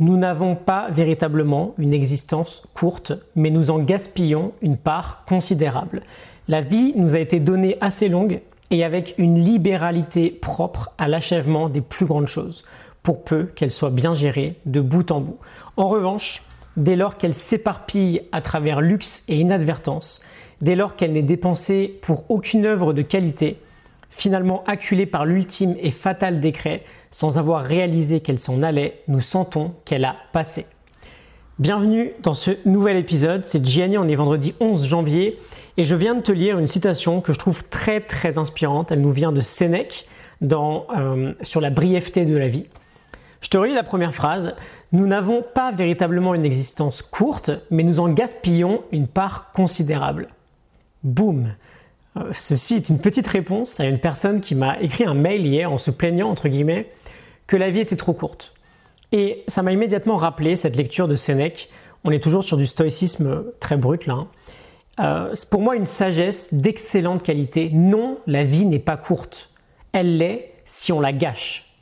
Nous n'avons pas véritablement une existence courte, mais nous en gaspillons une part considérable. La vie nous a été donnée assez longue et avec une libéralité propre à l'achèvement des plus grandes choses, pour peu qu'elles soient bien gérées de bout en bout. En revanche, dès lors qu'elle s'éparpille à travers luxe et inadvertance, dès lors qu'elle n'est dépensée pour aucune œuvre de qualité, finalement acculée par l'ultime et fatal décret, sans avoir réalisé qu'elle s'en allait, nous sentons qu'elle a passé. Bienvenue dans ce nouvel épisode, c'est Gianni, on est vendredi 11 janvier et je viens de te lire une citation que je trouve très inspirante. Elle nous vient de Sénèque sur la brièveté de la vie. Je te relis la première phrase. Nous n'avons pas véritablement une existence courte, mais nous en gaspillons une part considérable. Boum! Ceci est une petite réponse à une personne qui m'a écrit un mail hier en se plaignant, entre guillemets, que la vie était trop courte. Et ça m'a immédiatement rappelé cette lecture de Sénèque. On est toujours sur du stoïcisme très brut là. C'est pour moi une sagesse d'excellente qualité. Non, la vie n'est pas courte. Elle l'est si on la gâche.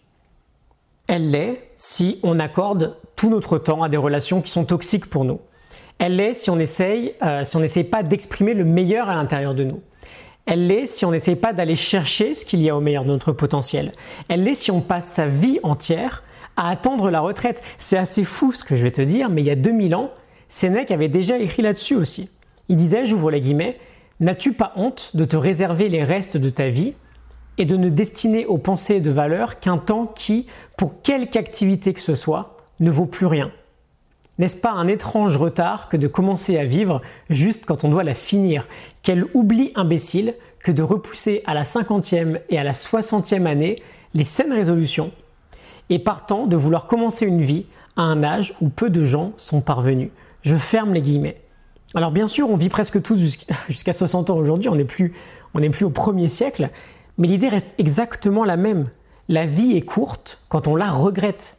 Elle l'est si on accorde tout notre temps à des relations qui sont toxiques pour nous. Elle l'est si on n'essaye pas d'exprimer le meilleur à l'intérieur de nous. Elle l'est si on n'essaye pas d'aller chercher ce qu'il y a au meilleur de notre potentiel. Elle l'est si on passe sa vie entière à attendre la retraite. C'est assez fou ce que je vais te dire, mais il y a 2000 ans, Sénèque avait déjà écrit là-dessus aussi. Il disait, j'ouvre les guillemets, « N'as-tu pas honte de te réserver les restes de ta vie et de ne destiner aux pensées et de valeurs qu'un temps qui, pour quelque activité que ce soit, ne vaut plus rien ?» N'est-ce pas un étrange retard que de commencer à vivre juste quand on doit la finir? Quel oubli imbécile que de repousser à la 50e et à la 60e année les saines résolutions et partant de vouloir commencer une vie à un âge où peu de gens sont parvenus. Je ferme les guillemets. Alors bien sûr, on vit presque tous jusqu'à 60 ans aujourd'hui, on n'est plus au 1er siècle, mais l'idée reste exactement la même. La vie est courte quand on la regrette.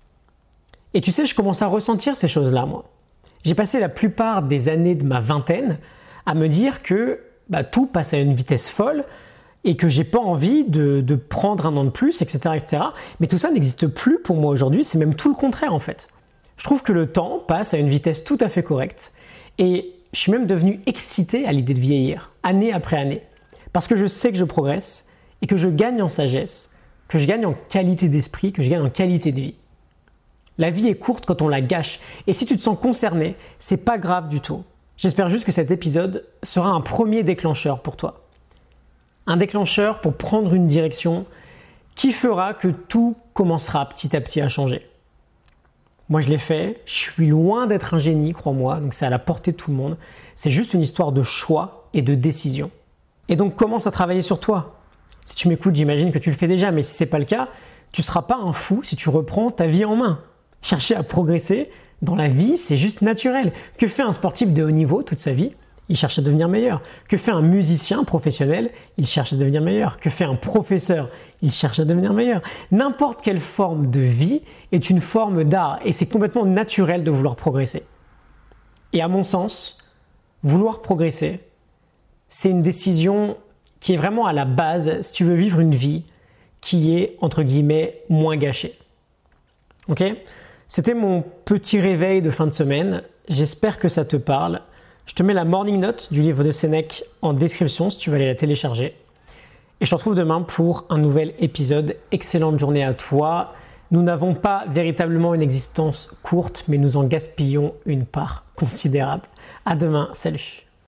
Et tu sais, je commence à ressentir ces choses-là, moi. J'ai passé la plupart des années de ma vingtaine à me dire que tout passe à une vitesse folle et que j'ai pas envie de prendre un an de plus, etc. Mais tout ça n'existe plus pour moi aujourd'hui, c'est même tout le contraire en fait. Je trouve que le temps passe à une vitesse tout à fait correcte et je suis même devenu excité à l'idée de vieillir, année après année. Parce que je sais que je progresse et que je gagne en sagesse, que je gagne en qualité d'esprit, que je gagne en qualité de vie. La vie est courte quand on la gâche. Et si tu te sens concerné, c'est pas grave du tout. J'espère juste que cet épisode sera un premier déclencheur pour toi. Un déclencheur pour prendre une direction qui fera que tout commencera petit à petit à changer. Moi, je l'ai fait. Je suis loin d'être un génie, crois-moi. Donc, c'est à la portée de tout le monde. C'est juste une histoire de choix et de décision. Et donc, commence à travailler sur toi. Si tu m'écoutes, j'imagine que tu le fais déjà. Mais si ce n'est pas le cas, tu ne seras pas un fou si tu reprends ta vie en main. Chercher à progresser dans la vie, c'est juste naturel. Que fait un sportif de haut niveau toute sa vie? Il cherche à devenir meilleur. Que fait un musicien professionnel? Il cherche à devenir meilleur. Que fait un professeur? Il cherche à devenir meilleur. N'importe quelle forme de vie est une forme d'art et c'est complètement naturel de vouloir progresser. Et à mon sens, vouloir progresser, c'est une décision qui est vraiment à la base si tu veux vivre une vie qui est, entre guillemets, moins gâchée. Ok ? C'était mon petit réveil de fin de semaine. J'espère que ça te parle. Je te mets la morning note du livre de Sénèque en description si tu veux aller la télécharger. Et je te retrouve demain pour un nouvel épisode. Excellente journée à toi. Nous n'avons pas véritablement une existence courte, mais nous en gaspillons une part considérable. À demain. Salut.